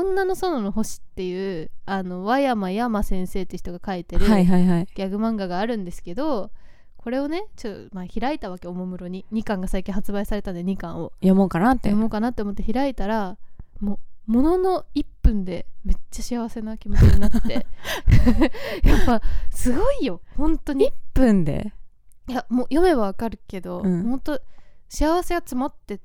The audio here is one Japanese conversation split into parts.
女の園の星っていう和山山先生って人が書いてるギはいはいはい、 ャグ漫画があるんですけど、これをね開いたわけ、おもむろに2巻が最近発売されたんで2巻を読もうかなって思って開いたら、ものの1分でめっちゃ幸せな気持ちになってやっぱすごいよ本当に。 1分で、 いやもう読めばわかるけど、本当幸せが詰まってって、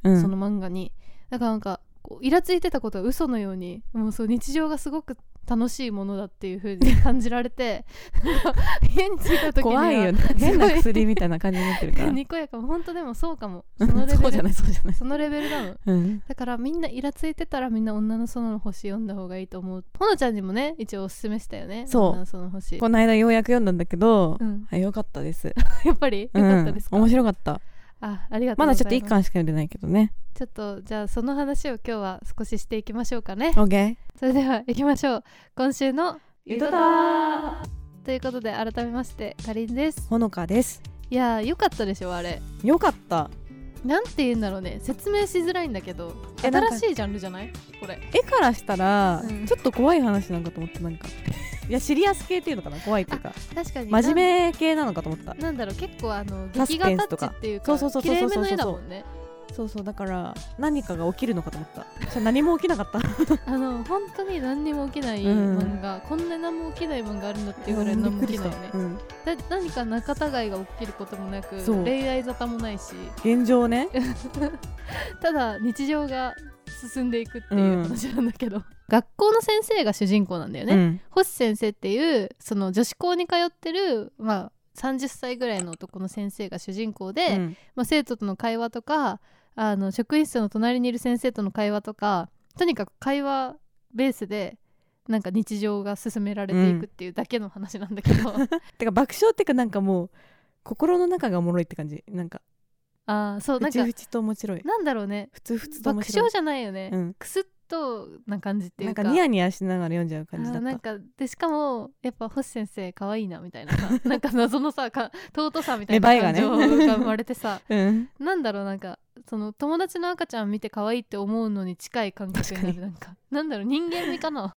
その漫画にだからなんかイラついてたことは嘘のように、もうそう日常がすごく楽しいものだっていう風に感じられて家に着いた時には怖いよね、変な薬みたいな感じになってるからにこやかも本当でもそうかも、そのレベルそうじゃないそのレベルなの、だからみんなイラついてたらみんな女の園の星読んだ方がいいと思う。ほのちゃんにもね一応おすすめしたよね。 そう、 女の園の星この間ようやく読んだんだけど、よかったですやっぱりよかったですか、 面白かった。 ありがとうございます。 まだちょっと1巻しか読んでないけどね。 ちょっとじゃあその話を今日は少ししていきましょうかね。 OK、 それでは行きましょう。今週のゆとたということで改めましてかりんです。 ほのかです。 いやーよかったでしょあれ。 よかった。 なんて言うんだろうね、説明しづらいんだけど新しいジャンルじゃないこれ。 絵からしたら、ちょっと怖い話なんかと思って、なんかいやシリアス系っていうのかな、怖いっていうか確かに真面目系なのかと思った。 なんだろう、結構サス劇画タペンスとかッチっていうかそう綺麗めの絵だもんね。 そうそう、だから何かが起きるのかと思った。それ何も起きなかった本当に何にも起きない漫画、こんな何も起きない漫画あるんだっていうぐらい何も起きないよね、何か仲違いが起きることもなく、恋愛沙汰もないし、 現状ねただ日常が進んでいくっていう話なんだけど、学校の先生が主人公なんだよね、星先生っていうその女子校に通ってる30歳ぐらいの男の先生が主人公で、生徒との会話とか職員室の隣にいる先生との会話とか、とにかく会話ベースでなんか日常が進められていくっていうだけの話なんだけど、 てか爆笑っていうか、なんかもう心の中がおもろいって感じ。なんかそうなんかふちと面白い。 なんだろうね、 ふつふつと面白い。 爆笑じゃないよね、クスッとな感じっていうか、 なんかニヤニヤしながら読んじゃう感じだった。 なんかでしかもやっぱ星先生可愛いなみたいなさなんか謎のさ尊さみたいな感情が生まれてさ、なんだろう、なんかその友達の赤ちゃん見て可愛いって思うのに近い感覚になる。なんだろう、人間味かな。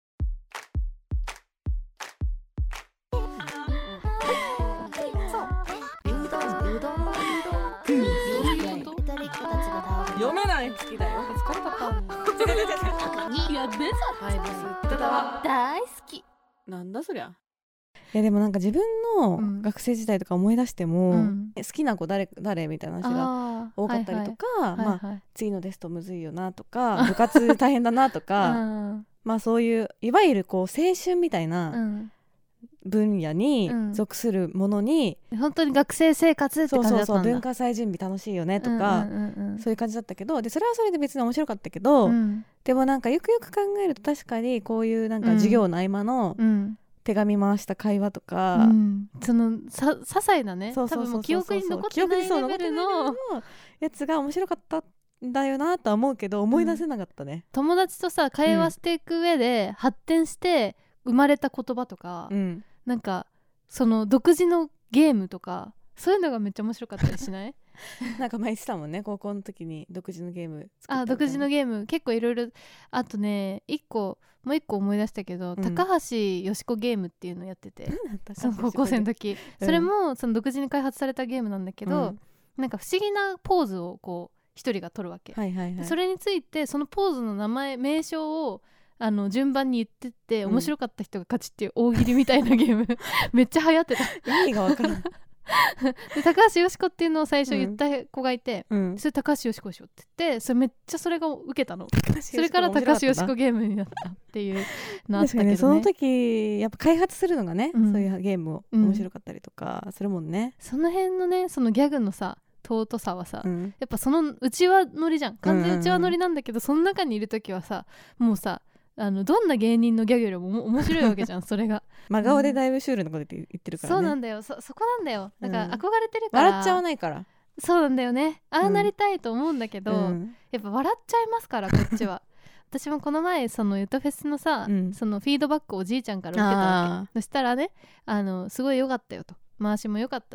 読めない好きだよ。 疲れたいや別大好きなんだそりゃ。いやでもなんか自分の学生時代とか思い出しても、好きな子誰みたいな話が多かったりとか、次のテストむずいよなとか、部活大変だなとかそういういわゆるこう青春みたいな分野に属するものに、 本当に学生生活って感じだったんだ。 文化祭準備楽しいよねとか、そういう感じだったけど、でそれはそれで別に面白かったけど、でもなんかよくよく考えると確かにこういうなんか授業の合間の手紙回した会話とか、 その些細なね、多分もう記憶に残ってないレベルのやつが面白かったんだよなとは思うけど、思い出せなかったね。 友達とさ会話していく上で発展して生まれた言葉とか、なんかその独自のゲームとか、そういうのがめっちゃ面白かったりしない？ なんか前言ってたもんね、高校の時に独自のゲーム作った。 独自のゲーム結構いろいろ。あとねもう一個思い出したけど、高橋よしこゲームっていうのやっててその高校生の時、それもその独自に開発されたゲームなんだけど、なんか不思議なポーズをこう一人が取るわけ、それについてそのポーズの名称を順番に言ってって面白かった人が勝ちっていう大喜利みたいなゲームめっちゃ流行ってた。 意味が分からんで高橋よしこっていうのを最初言った子がいて、それ高橋よしこしようって言って、それめっちゃそれが受けたの。それから高橋よしこゲームになったっていうのあったけどね。 その時やっぱ開発するのがね、そういうゲームを面白かったりとかするもんね、 その辺のね、そのギャグのさ尊さはさ、やっぱその内輪乗りじゃん、完全内輪乗りなんだけど、その中にいる時はさもうさどんな芸人のギャグよりも面白いわけじゃんそれが真顔でだいぶシュールなこと言ってるからね。そうなんだよ、そこなんだよ。だから憧れてるから、 笑っちゃわないから。 そうなんだよね、ああなりたいと思うんだけど、やっぱ笑っちゃいますからこっちは私もこの前そのゆとフェスのさ、そのフィードバックをおじいちゃんから受けたわけ。そしたらねすごい良かったよと、回しも良かったし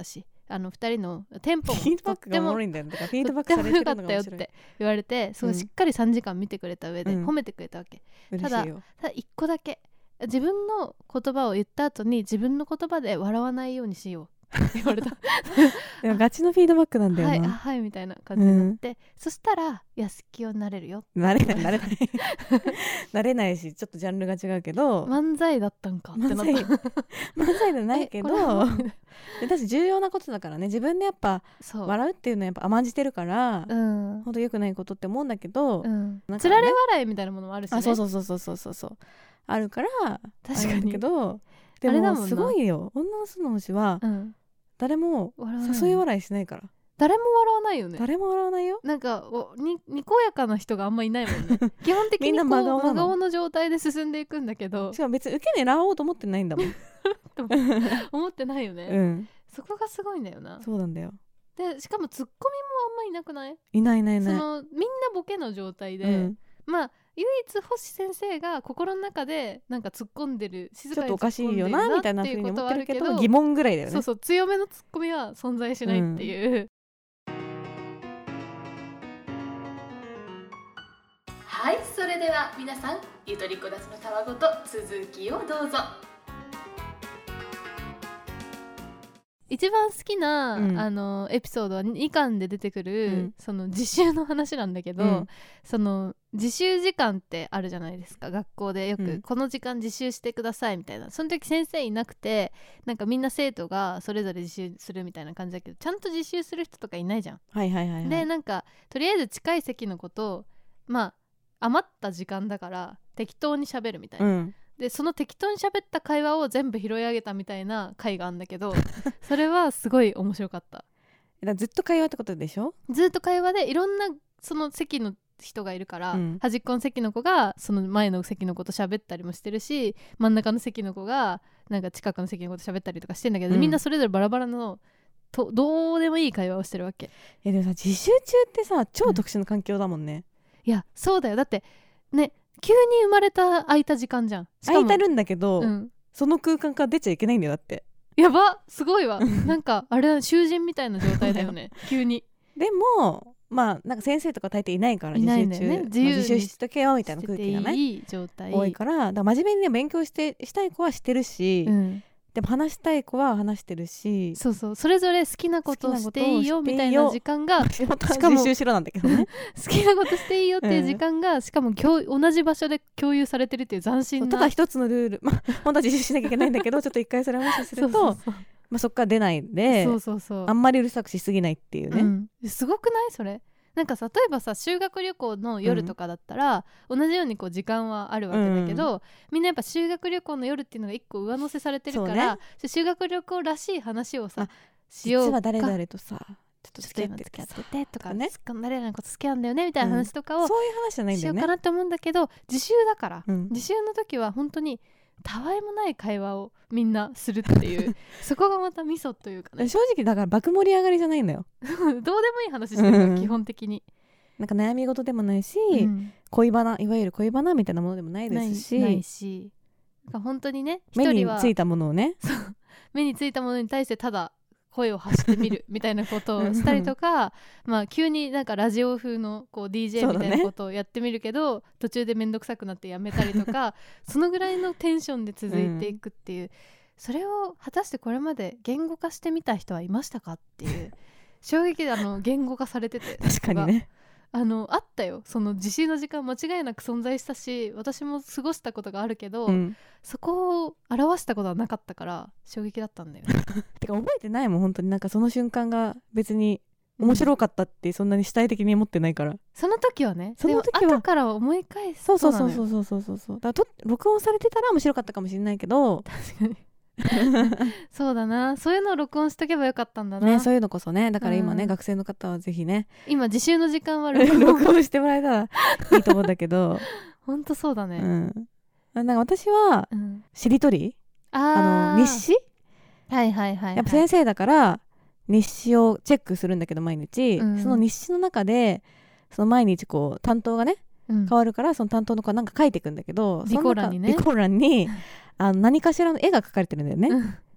2人のテンポもフィードバックがおもろいんだよね。だからフィードバックされてるのが面白い。 とっても良かったよって言われて、すごいしっかり3時間見てくれた上で褒めてくれたわけ、ただ1個だけ自分の言葉を言った後に自分の言葉で笑わないようにしようって言われたでもガチのフィードバックなんだよな。 はいみたいな感じになって、そしたら安清になれるよ。 なれないなれないし、ちょっとジャンルが違うけど、 漫才だったんかってなった。 漫才じゃないけど私重要なことだからね。自分でやっぱ笑うっていうのはやっぱ甘んじてるから、ほんと良くないことって思うんだけど、 つられ笑いみたいなものもあるしね。 そうあるから確かに。 けど、でもすごいよ、女の巣の星は、誰も誘い笑いしないから。 誰も笑わないよね。 誰も笑わないよ。 なんかにこやかな人があんまいないもんね基本的にみんな真顔の状態で進んでいくんだけど、 しかも別に受け狙おうと思ってないんだもん思ってないよね、そこがすごいんだよな。 そうなんだよ。 でしかもツッコミもあんまいなくない？ いない。みんなボケの状態で、まあ唯一星先生が心の中でなんか突っ込んでる、静かに突っ込んでるなっていうことはあるけど、ちょっとおかしいよなみたいな風に思ってるけど、 疑問ぐらいだよね。 そう強めのツッコミは存在しないっていう、はい、それでは皆さん、ゆとりこだちのたわごと続きをどうぞ。一番好きな、エピソードは2巻で出てくる、その自習の話なんだけど、その自習時間ってあるじゃないですか。学校でよく、この時間自習してくださいみたいな。その時先生いなくて、なんかみんな生徒がそれぞれ自習するみたいな感じだけど、ちゃんと自習する人とかいないじゃん。でなんかとりあえず近い席の子と、まあ余った時間だから適当に喋るみたいな、でその適当に喋った会話を全部拾い上げたみたいな回があるんだけどそれはすごい面白かった。 ずっと会話ってことでしょ？ ずっと会話でいろんなその席の人がいるから、端っこの席の子がその前の席の子と喋ったりもしてるし、真ん中の席の子がなんか近くの席の子と喋ったりとかしてんだけど、みんなそれぞれバラバラのどうでもいい会話をしてるわけ。 でもさ、自習中ってさ超特殊な環境だもんね。 いやそうだよ。だってね、急に生まれた空いた時間じゃん。 空いてるんだけど、その空間から出ちゃいけないんだよ。だってやばすごいわなんかあれは囚人みたいな状態だよね急に。 でもまあなんか先生とか大抵いないから、 いないんだよね、 自習しとけよみたいな空気がねいい状態多いから、だから真面目にね勉強したい子はしてるし、でも話したい子は話してるし、 そうそれぞれ好きなことをしていいよみたいな時間がしかも自習しろなんだけどね好きなことしていいよっていう時間が、しかも同じ場所で共有されてるっていう斬新な。 ただ一つのルール、本当は自習しなきゃいけないんだけどちょっと一回それを無視するとそっから出ないで、あんまりうるさくしすぎないっていうね、 すごくないそれ。なんか例えばさ、修学旅行の夜とかだったら、同じようにこう時間はあるわけだけど、みんなやっぱ修学旅行の夜っていうのが一個上乗せされてるから、修学旅行らしい話をさしようか、 実は誰々とさちょっと付き合っててとかね、誰々のこと好きなんだよねみたいな話とかを、 そういう話じゃないんだよね、 しようかなって思うんだけど、自習だから、自習の時は本当にたわいもない会話をみんなするっていうそこがまたミソというかね。 正直だから爆盛り上がりじゃないんだよどうでもいい話してるから基本的になんか悩み事でもないし、恋バナ、いわゆる恋バナみたいなものでもないですし、 ないし、なんか本当にね、 目についたものをね目についたものに対してただ声を発してみるみたいなことをしたりとかまあ急になんかラジオ風のこう DJ みたいなことをやってみるけど、途中でめんどくさくなってやめたりとかそのぐらいのテンションで続いていくっていう、それを果たしてこれまで言語化してみた人はいましたかっていう衝撃で言語化されてて確かにね、 あったよ。その自習の時間間違いなく存在したし、私も過ごしたことがあるけど、そこを表したことはなかったから衝撃だったんだよてか覚えてないもん本当に。なんかその瞬間が別に面白かったってそんなに主体的に思ってないから、 その時はね。 その時は後から思い返す。 そうだから録音されてたら面白かったかもしれないけど、 確かにそうだな、そういうのを録音しとけばよかったんだな、 そういうのこそね。だから今ね、学生の方はぜひね、 今自習の時間は録音してもらえたらいいと思うんだけどほんとそうだね、 なんか私は、しりとり、日誌、やっぱ先生だから日誌をチェックするんだけど毎日、その日誌の中でその毎日こう担当がね、変わるから、その担当の子はなんか書いていくんだけど、 備考欄にね、 備考欄に何かしらの絵が描かれてるんだよね、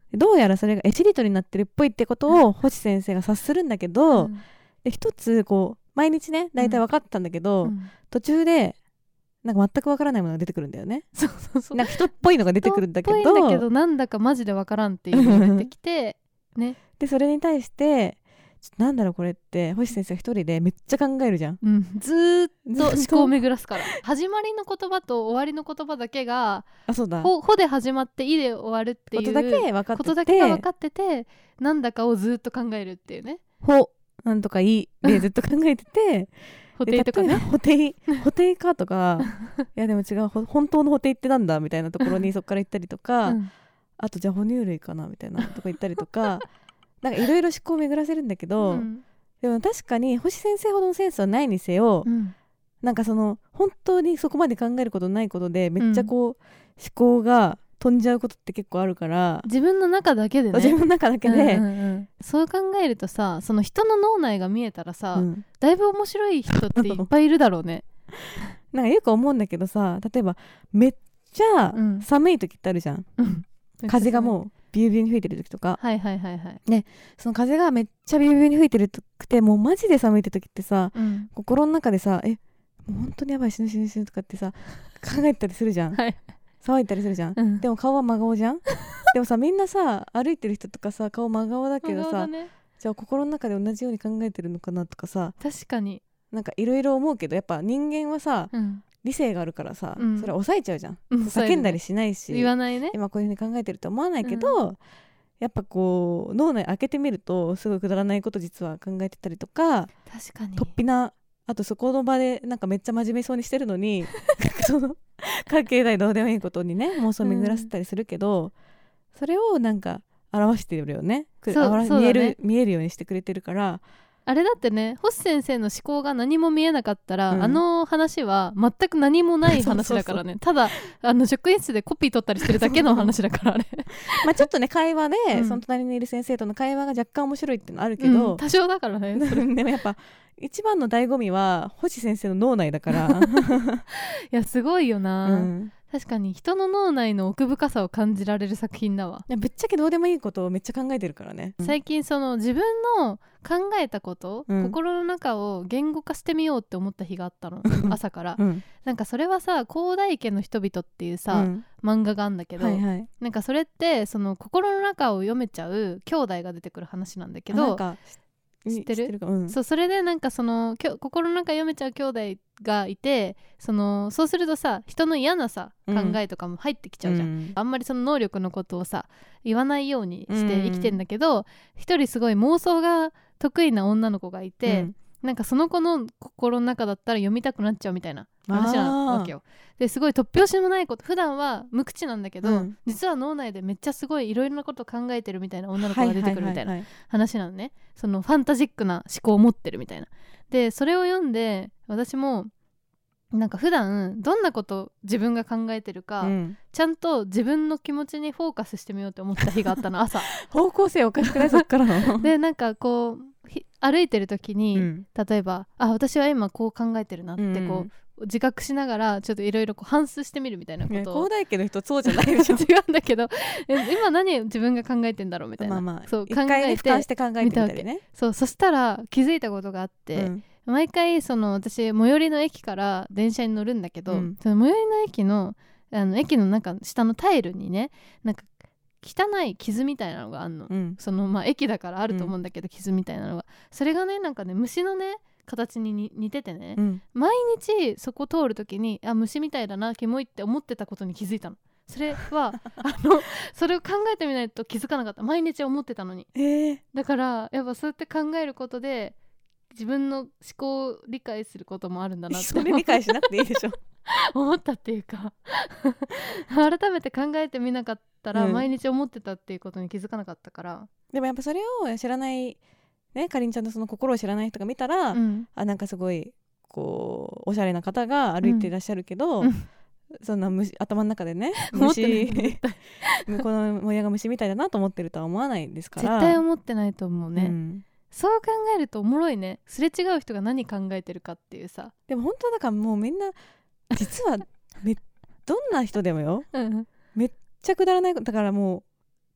どうやらそれがエチリートになってるっぽいってことを星先生が察するんだけど、で一つこう毎日ね大体分かってたんだけど、途中でなんか全く分からないものが出てくるんだよね。そうなんか人っぽいのが出てくるんだけど、 人っぽいんだけどなんだかマジで分からんっていうのが出てきてね。 でそれに対してなんだろうこれって星先生が一人でめっちゃ考えるじゃん、 ずーっと思考を巡らすから始まりの言葉と終わりの言葉だけがそうだほで始まっていで終わるっていうことだけ分かってて、 ことだけが分かっててなんだかをずっと考えるっていうね。 ほなんとかいいでずっと考えてて補填とかね、 補填かとかいやでも違う本当の補填ってなんだみたいなところにそこから行ったりとか、あとじゃあ哺乳類かなみたいなとこ行ったりとかなんかいろいろ思考を巡らせるんだけど、でも確かに星先生ほどのセンスはないにせよ、なんかその本当にそこまで考えることないことでめっちゃこう、思考が飛んじゃうことって結構あるから、 自分の中だけでね、 自分の中だけで、 そう考えるとさ、その人の脳内が見えたらさ、だいぶ面白い人っていっぱいいるだろうねなんかよく思うんだけどさ、例えばめっちゃ寒い時ってあるじゃん、風がもうビュービューに吹いてる時とか、ね、その風がめっちゃビュービューに吹いてるくてもうマジで寒いって時ってさ、心の中でさもう本当にやばい死ぬとかってさ考えたりするじゃん、騒いだりするじゃん、でも顔は真顔じゃんでもさみんなさ歩いてる人とかさ顔真顔だけどさ、じゃあ心の中で同じように考えてるのかなとかさ、 確かになんかいろいろ思うけど、やっぱ人間はさ、理性があるからさ、それは抑えちゃうじゃん、叫んだりしないし、 言わないね、 今こういう風に考えてると思わないけど、やっぱこう脳内開けてみるとすごいくだらないこと実は考えてたりとか、 確かに突飛な、あとそこの場でなんかめっちゃ真面目そうにしてるのにその関係ないどうでもいいことにね妄想を巡らせたりするけど、それをなんか表してるよね、見えるようにしてくれてるから。 あれだってね、星先生の思考が何も見えなかったら、あの話は全く何もない話だからねただ職員室でコピー取ったりしてるだけの話だからあれまあちょっとね会話で、その隣にいる先生との会話が若干面白いっていうのあるけど、 多少だからねでもやっぱ一番の醍醐味は星先生の脳内だからいやすごいよな、確かに人の脳内の奥深さを感じられる作品だわ。 ぶっちゃけどうでもいいことをめっちゃ考えてるからね、 最近その自分の考えたこと、心の中を言語化してみようって思った日があったの朝から、なんかそれはさ広大家の人々っていうさ、漫画があるんだけど、なんかそれってその心の中を読めちゃう兄弟が出てくる話なんだけど、知ってる？そう、それでなんかその心の中読めちゃう兄弟がいて、そうするとさ人の嫌なさ、考えとかも入ってきちゃうじゃん、あんまりその能力のことをさ言わないようにして生きてんだけど、一人すごい妄想が得意な女の子がいて、なんかその子の心の中だったら読みたくなっちゃうみたいな話なわけよ。ですごい突拍子もないこと、普段は無口なんだけど、実は脳内でめっちゃすごいいろいろなことを考えてるみたいな女の子が出てくるみたいな話なのね。そのファンタジックな思考を持ってるみたいな。でそれを読んで私もなんか普段どんなこと自分が考えてるか、ちゃんと自分の気持ちにフォーカスしてみようって思った日があったの朝方向性おかしくないそっからのでなんかこう歩いてる時に、例えば私は今こう考えてるなってこう、自覚しながらちょっといろいろ反芻してみるみたいなことを、 広大家の人そうじゃないでしょ違うんだけど今何自分が考えてんだろうみたいな、 そう考えて俯瞰して考えてみたりね。 そしたら気づいたことがあって、毎回その私最寄りの駅から電車に乗るんだけど、その最寄りの駅の駅の中下のタイルにね、なんか汚い傷みたいなのがあんの、その駅だからあると思うんだけど、傷みたいなのが、それがねなんかね虫のね形に似ててね、毎日そこ通る時に虫みたいだなキモいって思ってたことに気づいたの。それはそれを考えてみないと気づかなかった。毎日思ってたのに、だからやっぱそうやって考えることで自分の思考を理解することもあるんだなってそれ理解しなくていいでしょ思ったっていうか改めて考えてみなかったら、毎日思ってたっていうことに気づかなかったから。 でもやっぱそれを知らないね、かりんちゃんのその心を知らない人が見たら、なんかすごいこうおしゃれな方が歩いていらっしゃるけど、そんな頭の中でね虫この模様が虫みたいだなと思ってるとは思わないですから。 絶対思ってないと思うね、そう考えるとおもろいね。すれ違う人が何考えてるかっていうさ。 でも本当だからもうみんな実はどんな人でもよ、めっちゃくだらないだからもう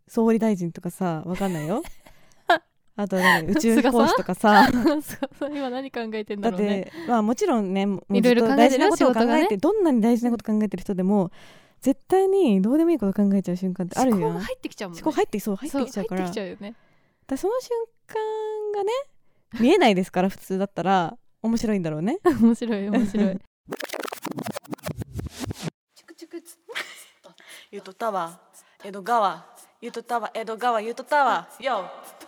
総理大臣とかさ、わかんないよあと宇宙飛行士とかさ今何考えてんだろうね。 だってまあもちろんね、もういろいろ考えてる大事なことを考えて、 仕事がね、 どんなに大事なこと考えてる人でも絶対にどうでもいいこと考えちゃう瞬間ってあるじゃん。 思考が入ってきちゃうもんね。 思考入ってきちゃうから、 入ってきちゃうよね。 その瞬間がね見えないですから普通だったら面白いんだろうね面白い面白いチクチクつゆとたわ江戸川ゆとたわ江戸川ゆとたわよ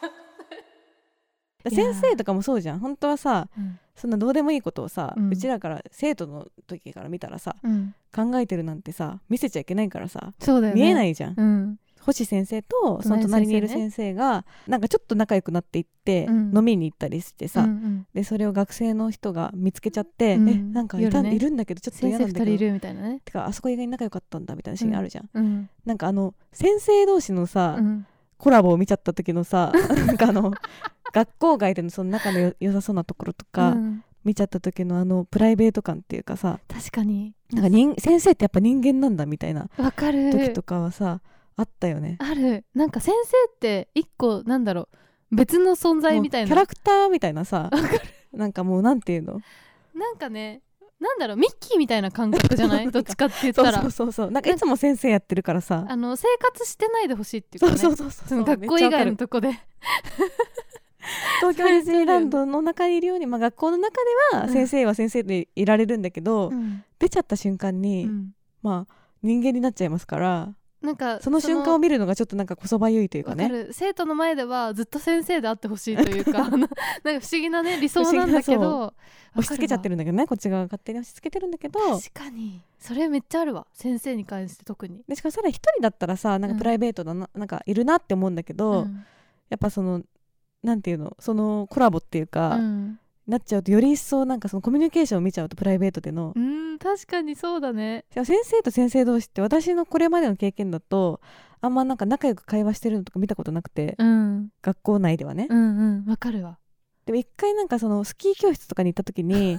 先生とかもそうじゃん。本当はさ、そんなどうでもいいことをさ、うちらから生徒の時から見たらさ、考えてるなんてさ見せちゃいけないからさ、 そうだよね、 見えないじゃん、星先生とその隣にいる先生がなんかちょっと仲良くなっていって、飲みに行ったりしてさ、でそれを学生の人が見つけちゃって、なんかいるんだけどちょっと嫌なんだけど、 先生2人いるみたいなね、 てかあそこ意外に仲良かったんだみたいなシーンあるじゃん、なんか先生同士のさ、コラボを見ちゃった時のさなんか学校外でのその仲の良さそうなところとか、見ちゃった時のプライベート感っていうかさ、 確かになんか先生ってやっぱ人間なんだみたいなわかる時とかはさあったよね。 ある。なんか先生って一個なんだろう、別の存在みたいなキャラクターみたいなさなんかもうなんていうの、 なんかね、なんだろう、ミッキーみたいな感覚じゃないどっちかって言ったらそうなんかいつも先生やってるからさ、 生活してないでほしいっていうかね、その学校以外のとこで東京ディズニーランドの中にいるように、まあ、学校の中では先生は先生でいられるんだけど、出ちゃった瞬間に、まあ人間になっちゃいますから、なんかその瞬間を見るのがちょっとなんかこそばゆいというかね。 わかる。生徒の前ではずっと先生であってほしいというかなんか不思議なね理想なんだけど、 押し付けちゃってるんだけどね、こっち側が勝手に押し付けてるんだけど、 確かにそれめっちゃあるわ、先生に関して特に。 でしかもそれ一人だったらさ、なんかプライベートだな、なんかいるなって思うんだけど、やっぱそのなんていうの、そのコラボっていうか、なっちゃうとより一層なんかそのコミュニケーションを見ちゃうとプライベートでの、 確かにそうだね。 先生と先生同士って私のこれまでの経験だとあんまなんか仲良く会話してるのとか見たことなくて、学校内ではね。 わかるわ。でも一回なんかそのスキー教室とかに行った時に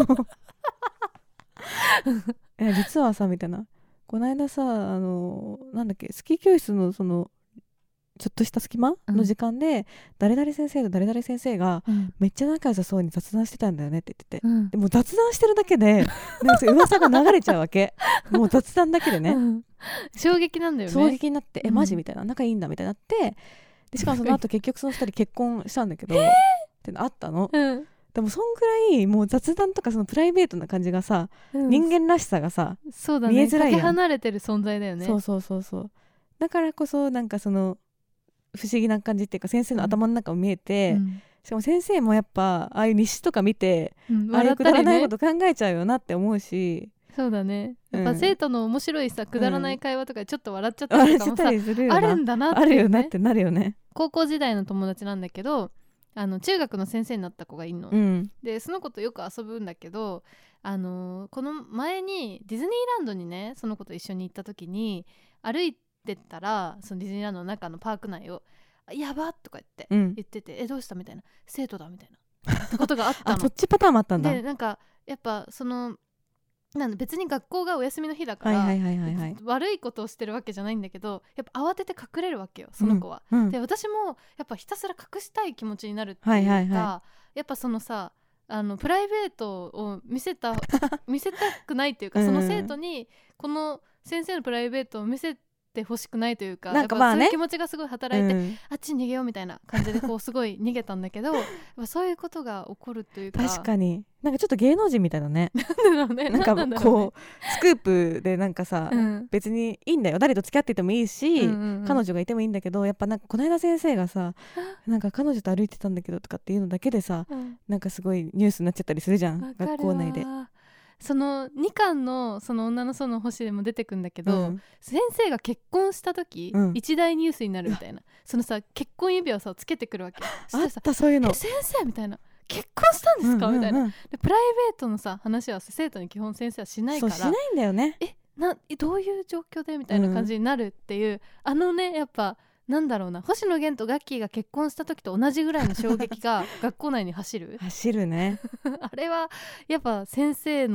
実はさみたいな、この間さなんだっけ、スキー教室のそのちょっとした隙間の時間で、誰々先生と誰々先生がめっちゃ仲良さそうに雑談してたんだよねって言ってて、でも雑談してるだけでなんか噂が流れちゃうわけもう雑談だけでね、 衝撃なんだよね。 衝撃になって、マジみたいな、仲いいんだみたいになって、でしかもその後結局その2人結婚したんだけどってのあったの、でもそんぐらいもう雑談とかそのプライベートな感じがさ、人間らしさがさ、 そうだね、 見えづらいやん。 かけ離れてる存在だよね。 そうだからこそなんかその不思議な感じっていうか、先生の頭の中も見えて、しかも先生もやっぱああいう日誌とか見て、ああいうくだらないこと考えちゃうよなって思うし、 そうだね、やっぱ生徒の面白いさ、くだらない会話とかでちょっと笑っちゃったりとかもさ、あるんだなって、 あるよなってなるよね。 高校時代の友達なんだけど、中学の先生になった子がいるの、でその子とよく遊ぶんだけど、この前にディズニーランドにね、その子と一緒に行った時に歩いてったら、そのディズニーランドの中のパーク内をやばっとか言ってて、どうしたみたいな、生徒だみたいなことがあったのあ、そっちパターンもあったんだ。 でなんかやっぱその別に学校がお休みの日だから、悪いことをしてるわけじゃないんだけど、やっぱ慌てて隠れるわけよ、その子は、で私もやっぱひたすら隠したい気持ちになるっていうか、やっぱそのさ、プライベートを見せたくないっていうか、その生徒にこの先生のプライベートを見せてほしくないというか、 なんかまあね、 やっぱそういう気持ちがすごい働いて、あっちに逃げようみたいな感じでこうすごい逃げたんだけどやっぱそういうことが起こるというか、 確かになんかちょっと芸能人みたいだねなんかこうスクープでなんかさ、別にいいんだよ、誰と付き合っててもいいし、彼女がいてもいいんだけど、やっぱなんかこの間先生がさなんか彼女と歩いてたんだけどとかっていうのだけでさ、なんかすごいニュースになっちゃったりするじゃん、学校内で。 その2巻のその女の園の星でも出てくんだけど、先生が結婚した時、一大ニュースになるみたいな、そのさ結婚指輪さをつけてくるわけ。 あったそういうの。 先生みたいな、結婚したんですか、みたいな。でプライベートのさ話は生徒に基本先生はしないから、 そうしないんだよね。 どういう状況でみたいな感じになるっていう、ね、やっぱなんだろうな、星野源とガッキーが結婚した時と同じぐらいの衝撃が学校内に走るねあれはやっぱ先生の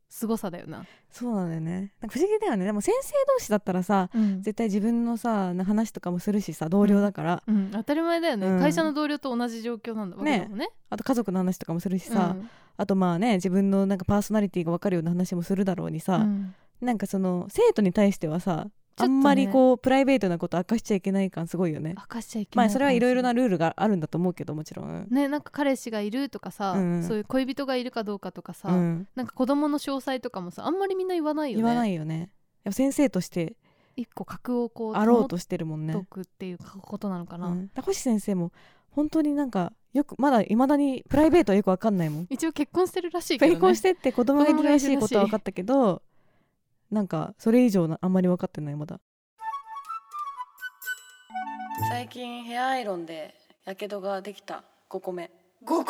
凄さだよな。 そうなんだよね。なんか不思議だよね。でも先生同士だったらさ、絶対自分のさ話とかもするしさ、同僚だから、 当たり前だよね、会社の同僚と同じ状況なんだわけだもんね。 あと家族の話とかもするしさ、あとまあね、自分のなんかパーソナリティが分かるような話もするだろうにさ、なんかその生徒に対してはさ、あんまりこうプライベートなこと明かしちゃいけない感すごいよね。 明かしちゃいけない。 まあそれはいろいろなルールがあるんだと思うけど、もちろんね、なんか彼氏がいるとかさ、そういう恋人がいるかどうかとかさ、なんか子供の詳細とかもさ、あんまりみんな言わないよね。 言わないよね。やっぱ先生として一個格をこうあろうとしてるもんね。 とくっていうことなのかな。 星先生も本当になんかよくまだ未だにプライベートはよく分かんないもん。 一応結婚してるらしいけどね。 結婚してって子供がいるらしいことは分かったけど、なんかそれ以上あんまり分かってないまだ。最近ヘアアイロンでやけどができた。5個目言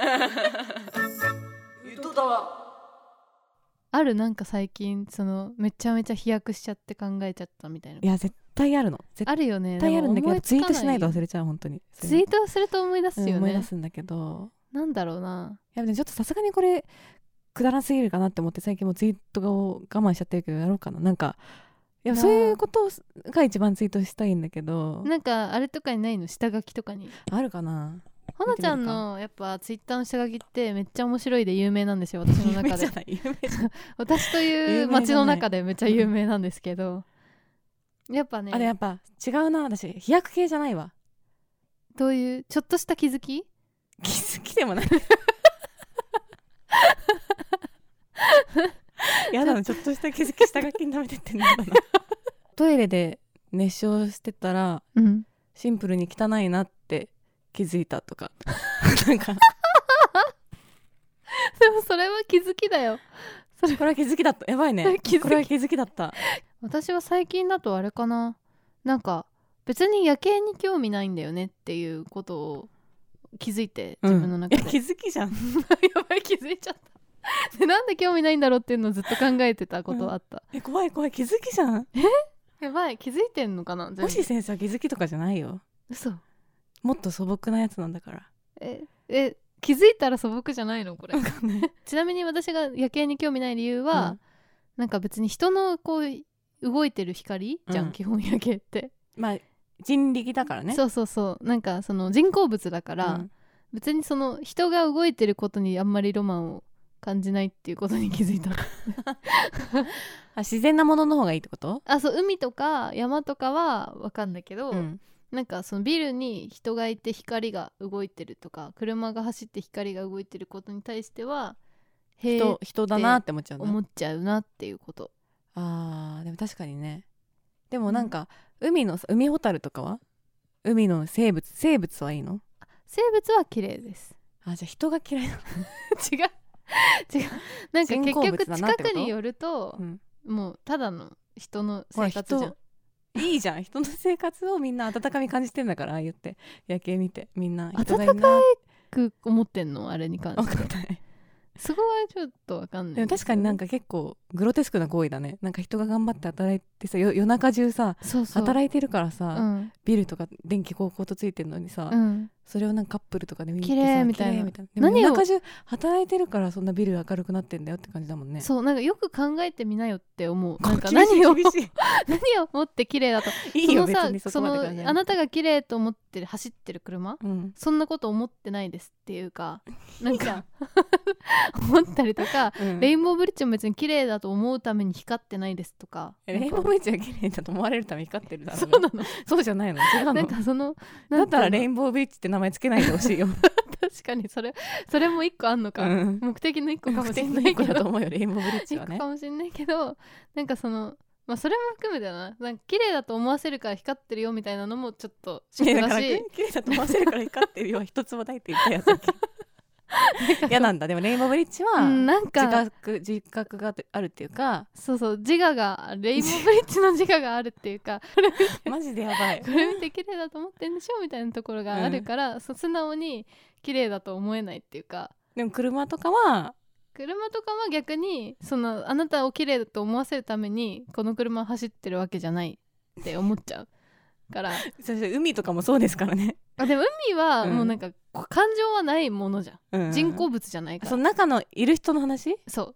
っとったわ。 ある、なんか最近そのめちゃめちゃ飛躍しちゃって考えちゃったみたいな。 いや絶対あるの。 あるよね。 絶対あるんだけどツイートしないと忘れちゃう。本当にツイートすると思い出すよね、 思い出すんだけど、 なんだろうな。 いやでもちょっとさすがにこれくだらすぎるかなって思って、最近もツイートを我慢しちゃってるけど、やろうかな。なんかいやそういうことが一番ツイートしたいんだけど、 なんかあれとかにないの？下書きとかにあるかな。 ほのちゃんのやっぱツイッターの下書きってめっちゃ面白いで有名なんですよ、私の中で。私という街の中でめっちゃ有名なんですけど、やっぱね、 あれやっぱ違うな。私飛躍系じゃないわ。 どういうちょっとした気づき？ 気づきでもないやだな、ちょっとした気づき下書きに舐めてってんだなトイレで熱唱してたら、シンプルに汚いなって気づいたとかなんかでもそれは気づきだよ。 これは気づきだった。やばいねこれは気づきだった。 私は最近だとあれかな、なんか別に夜景に興味ないんだよねっていうことを気づいて、自分の中で、 気づきじゃんやばい、気づいちゃったでなんで興味ないんだろうっていうのをずっと考えてたことあった、 怖い気づきじゃん。 やばい、気づいてんのかな。 星先生は気づきとかじゃないよ。 嘘。 もっと素朴なやつなんだから。 気づいたら素朴じゃないのこれちなみに私が夜景に興味ない理由は、なんか別に人のこう動いてる光じゃん、基本夜景って。 まあ人力だからね。 そうなんかその人工物だから、別にその人が動いてることにあんまりロマンを感じないっていうことに気づいた自然なものの方がいいってこと？ そう、海とか山とかは分かんないけど、なんかそのビルに人がいて光が動いてるとか、車が走って光が動いてることに対しては人だなって思っちゃうなっていうこと。 でも確かにね。でもなんか、海ホタルとかは海の生物はいいの？ 生物は綺麗です。 じゃあ人が嫌いなの違うなんか結局近くによると、もうただの人の生活じゃん。 いいじゃん、人の生活をみんな温かみ感じてんだから。ああ言って夜景見てみんな温かく思ってんの？あれに関してそこはちょっと分かんない。 でも確かになんか結構グロテスクな行為だね。なんか人が頑張って働いてさ、夜中中さ働いてるからさ、ビルとか電気こうとついてるのにさ、それをなんかカップルとかで見てさ、 綺麗みたいな。 でも夜中中働いてるからそんなビル明るくなってんだよって感じだもんね。 そう、なんかよく考えてみなよって思う。なんか何を思って綺麗だといいよ別にそこまで考えなくて。 あなたが綺麗と思って走ってる車、そんなこと思ってないですっていうか、なんか思ったりとか、レインボーブリッジも別に綺麗だと思うために光ってないですとか。 レインボーブリッジが綺麗だと思われるために光ってるだろう。 そうなの？ そうじゃないの？違うの？ なんかそのだったらレインボーブリッジって名前つけないでほしいよ確かにそれも一個あんのか、目的の一個かもしれないけど。 目的の一個だと思うよ、レインボーブリッジはね。 一個かもしれないけど、なんかそのそれも含めてな、なんか綺麗だと思わせるから光ってるよみたいなのもちょっとショックだし、 綺麗だと思わせるから光ってるよ一つもないって言ったやつ嫌なんだ。でもレインボーブリッジはなんか自覚があるっていうか、 そう自我が、レインボーブリッジの自我があるっていうかマジでやばい。 これ見て綺麗だと思ってんでしょみたいなところがあるから、素直に綺麗だと思えないっていうか。 でも車とかは逆にそのあなたを綺麗だと思わせるためにこの車走ってるわけじゃないって思っちゃうから海とかもそうですからね。 でも海はもうなんか感情はないものじゃん、人工物じゃないから。 その中のいる人の話？ そう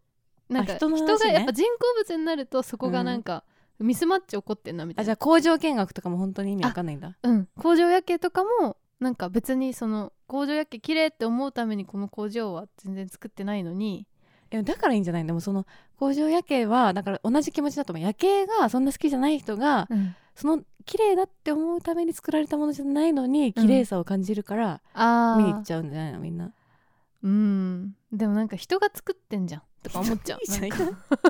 なんか人がやっぱ人工物になるとそこがなんかミスマッチ起こってんなみたいな、 じゃあ工場見学とかも本当に意味わかんないんだ。 工場夜景とかもなんか別にその工場夜景綺麗って思うためにこの工場は全然作ってないのに、 だからいいんじゃない。でもその工場夜景はだから同じ気持ちだと思う。夜景がそんな好きじゃない人が、その綺麗だって思うために作られたものじゃないのに綺麗さを感じるから、見に行っちゃうんじゃないのみんな。 でもなんか人が作ってんじゃんとか思っちゃう。建造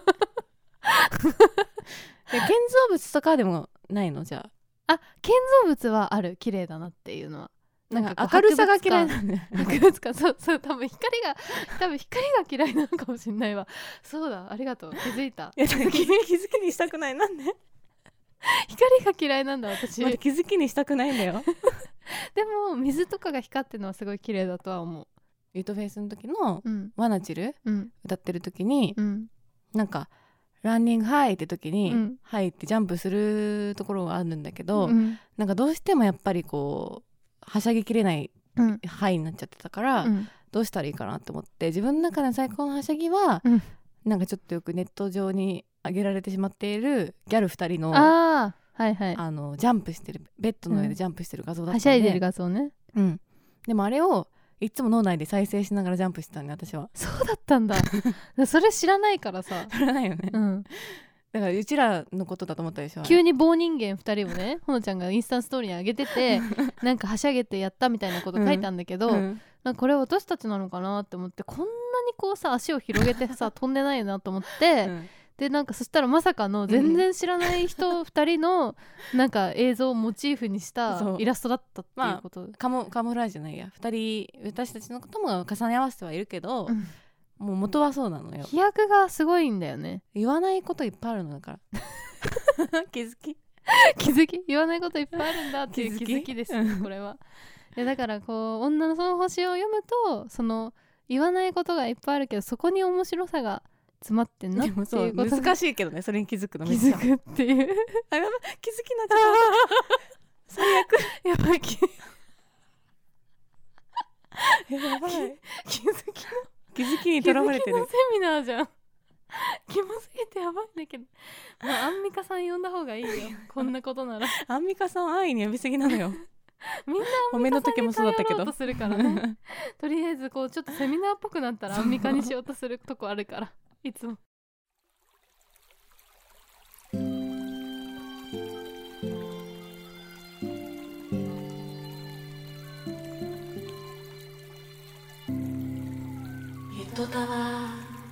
物とかでもないの？じゃあ建造物はある、綺麗だなっていうのは。 なんか明るさが嫌いなんだよ。 博物館そう多分光が嫌いなのかもしれないわ。そうだ、ありがとう、気づいた。 気づきにしたくない。なんで光が嫌いなんだ私。 気づきにしたくないんだよ。 でも水とかが光ってるのはすごい綺麗だとは思う。 ユートフェイスの時のワナチル、歌ってる時に、なんかランニングハイって時に、ハイってジャンプするところがあるんだけど、なんかどうしてもやっぱりこうはしゃぎきれないハイになっちゃってたから、どうしたらいいかなと思って、自分の中での最高のはしゃぎは、なんかちょっとよくネット上に上げられてしまっているギャル2人のジャンプしてる、ベッドの上でジャンプしてる画像だったんで、 はしゃいでる画像ね。 でもあれをいつも脳内で再生しながらジャンプしてたね、私は。 そうだったんだ。それ知らないからさ。 知らないよね。だからうちらのことだと思ったでしょ。 急に棒人間2人をね、ほのちゃんがインスタストーリーに上げててなんかはしゃげてやったみたいなこと書いたんだけど、なんかこれ私たちなのかなって思って、こんなにこうさ足を広げてさ飛んでないなと思って、でなんかそしたらまさかの全然知らない人2人のなんか映像をモチーフにしたイラストだったっていうこと、 カモフラージュじゃないや、2人私たちのことも重ね合わせてはいるけど、もう元はそうなのよ。 飛躍がすごいんだよね。 言わないこといっぱいあるのだから気づき言わないこといっぱいあるんだっていう気づきですねこれは。いやだからこう女のその星を読むと、その言わないことがいっぱいあるけどそこに面白さが詰まってんなっていうこと。でもそう難しいけどね、それに気づくの。 気づくっていう気づきなっちゃう最悪やばいやばい気づきにとらわれてる。 気づきのセミナーじゃん。キモすぎてやばいんだけど、もうアンミカさん呼んだ方がいいよこんなことなら。 アンミカさん安易に呼びすぎなのよみんなアンミカさんに頼ろうとするからねとりあえずこうちょっとセミナーっぽくなったらアンミカにしようとするとこあるからいつも。 ゆとたわ。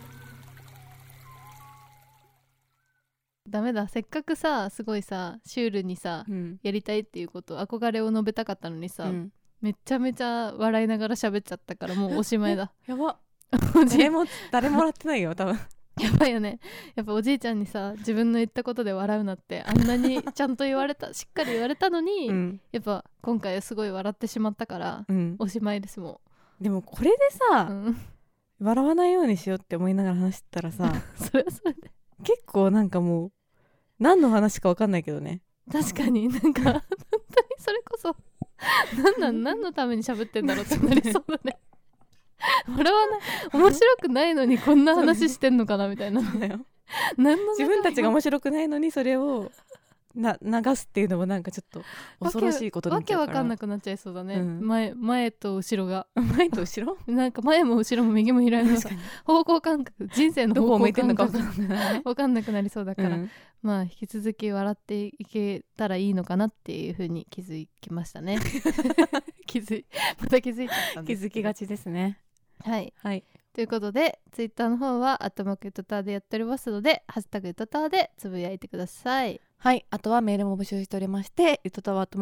ダメだ、せっかくさすごいさシュールにさ、やりたいっていうこと憧れを述べたかったのにさ、めちゃめちゃ笑いながら喋っちゃったからもうおしまいだやば誰も笑ってないよ多分やばいよね。やっぱおじいちゃんにさ自分の言ったことで笑うなってあんなにちゃんと言われたしっかり言われたのに、やっぱ今回すごい笑ってしまったから、おしまいですもん。でもこれでさ、笑わないようにしようって思いながら話してたらさそれはそれで結構なんかもう何の話か分かんないけどね。 確かになんか本当にそれこそ何のために喋ってんだろうってなりそうだね笑わない、面白くないのにこんな話してんのかなみたいな自分たちが面白くないのにそれを流すっていうのもなんかちょっと恐ろしいことになっちゃうからわけわかんなくなっちゃいそうだね、前と後ろが前と後ろなんか前も後ろも右も左も方向感覚、人生の方向感覚わかんなくなりそうだから、まあ引き続き笑っていけたらいいのかなっていう風に気づきましたねまた気づいちゃったんです。 気づきがちですね。 はい、ということでツイッターの方は@ゆとたわでやっておりますのでハッシュタグゆとたわでつぶやいてください。 はい、あとはメールも募集しておりまして、ゆとたわ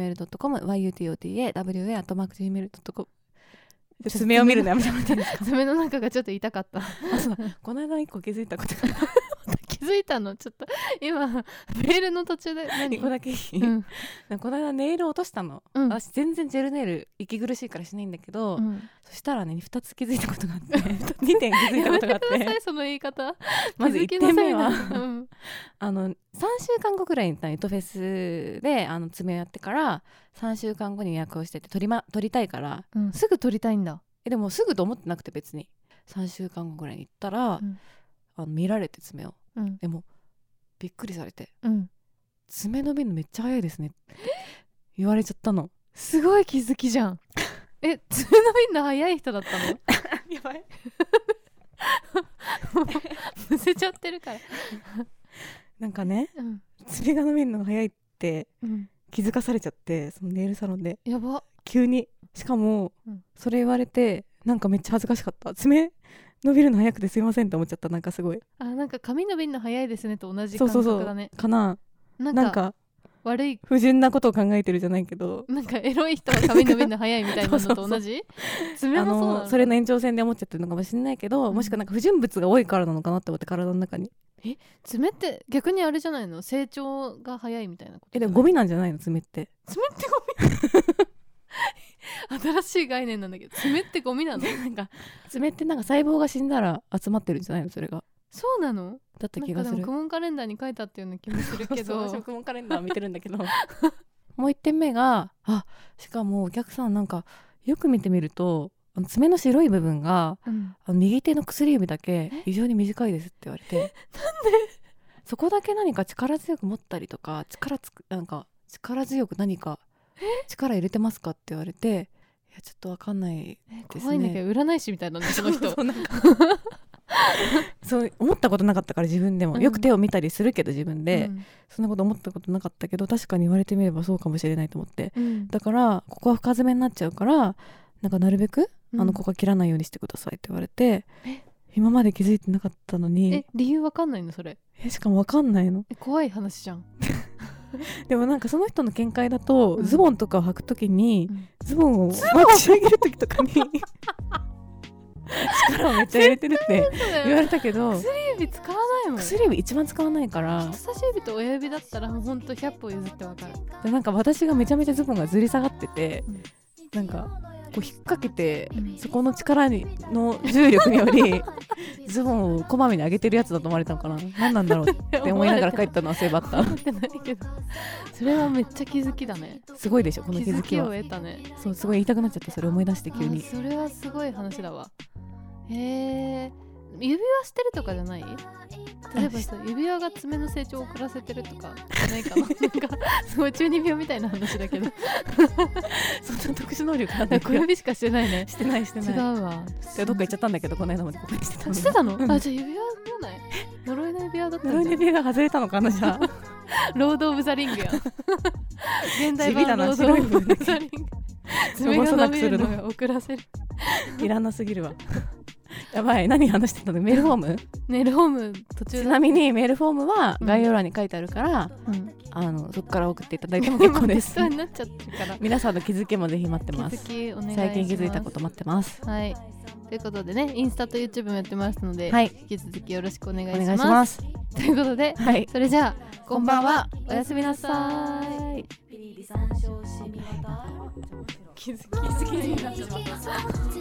@gmail.com、yutotawa@gmail.com。爪を見るのやめてもらっていいですか？ 爪の中がちょっと痛かったこの間一個気づいたことが気づいたのちょっと今メールの途中で 1個だけいい、この間ネイル落としたの、私全然ジェルネイル息苦しいからしないんだけど、そしたらね2つ気づいたことがあって2点気づいたことがあってやめてくださいその言い方。 まず1点目は3週間後くらいにゆとフェスで爪をやってから3週間後に予約をしてて取りたいから、 すぐ取りたいんだ。 でもすぐと思ってなくて別に3週間後ぐらいに行ったら、 見られて爪を、でもびっくりされて、爪伸びるのめっちゃ早いですねって言われちゃったの。 すごい気づきじゃん。爪伸びるの早い人だったの？ やばいむせちゃってるからなんかね、爪が伸びるのが早いって気づかされちゃって、そのネイルサロンでやば急に。しかも、それ言われてなんかめっちゃ恥ずかしかった。爪伸びるの早くてすいませんって思っちゃった。なんかすごい、 なんか髪伸びるの早いですねと同じ感覚だね。 かな。なんか悪い不純なことを考えてるじゃないけど、 なんかエロい人は髪伸びるの早いみたいなのと同じ爪もそうなの。 それの延長線で思っちゃってるのかもしれないけど、もしくはなんか不純物が多いからなのかなって思って、体の中に。 爪って逆にあれじゃないの？成長が早いみたいなこと。 でもゴミなんじゃないの？爪ってゴミ新しい概念なんだけど、爪ってゴミなの？ なんか爪ってなんか細胞が死んだら集まってるんじゃないの？それが。 そうなの？ だった気がする。 なんかでもクモンカレンダーに書いてあったような気もするけど私もクモンカレンダー見てるんだけどもう1点目が、しかもお客さんなんかよく見てみると爪の白い部分が、右手の薬指だけ非常に短いですって言われて、なんでそこだけ何か力強く持ったりとかなんか力強く何か力入れてますかって言われて、いやちょっと分かんないですね。 怖いんだけど占い師みたいなんだその人そう思ったことなかったから、自分でもよく手を見たりするけど自分で、そんなこと思ったことなかったけど、確かに言われてみればそうかもしれないと思って、だからここは深爪になっちゃうから、なんかなるべくここ切らないようにしてくださいって言われて、今まで気づいてなかったのに。 理由わかんないのそれ？ しかもわかんないの。 怖い話じゃんでもなんかその人の見解だと、ズボンとかを履くときに、ズボンを持ち上げるときとかに力をめっちゃ入れてるって言われたけど、 薬指使わないもん。 薬指一番使わないから。 人差し指と親指だったらもうほんと100歩譲ってわかる。 でなんか私がめちゃめちゃズボンがずり下がってて、なんかこう引っ掛けて、そこの力の重力によりズボンをこまめに上げてるやつだと思われたのかな。何なんだろうって思いながら帰ったのはそういえばあった。 思ってないけど、それはめっちゃ気づきだね。 すごいでしょこの気づきは。 気づきを得たね。 そう、すごい言いたくなっちゃった、それ思い出して急に。 それはすごい話だわ。指輪してるとかじゃない？例えばさ、指輪が爪の成長を遅らせてるとかじゃないかな。なんかすごい中二病みたいな話だけどそんな特殊能力なんだ。 小指しかしてないね。 してない。 違うわ。 どっか行っちゃったんだけど、この間までここにしてたの。 してたの？じゃあ指輪じゃない？呪いの指輪だったんじゃん。 呪いの指輪が外れたのかな。じゃあロード・オブ・ザ・リングや現代版ロード・オブ・ザ・リング爪が伸びるのが遅らせるいらなすぎるわやばい、何話してたの？メールフォーム？ メールフォーム途中。 ちなみにメールフォームは概要欄に書いてあるから、そこから送っていただいても結構ですになっちゃってるから皆さんの気づきもぜひ待ってます。 最近気づいたこと待ってます。 はい、ということでね、インスタと YouTube もやってますので、引き続きよろしくお願いします。ということで、それじゃあこんばんは、おやすみなさい。気づきになっちゃった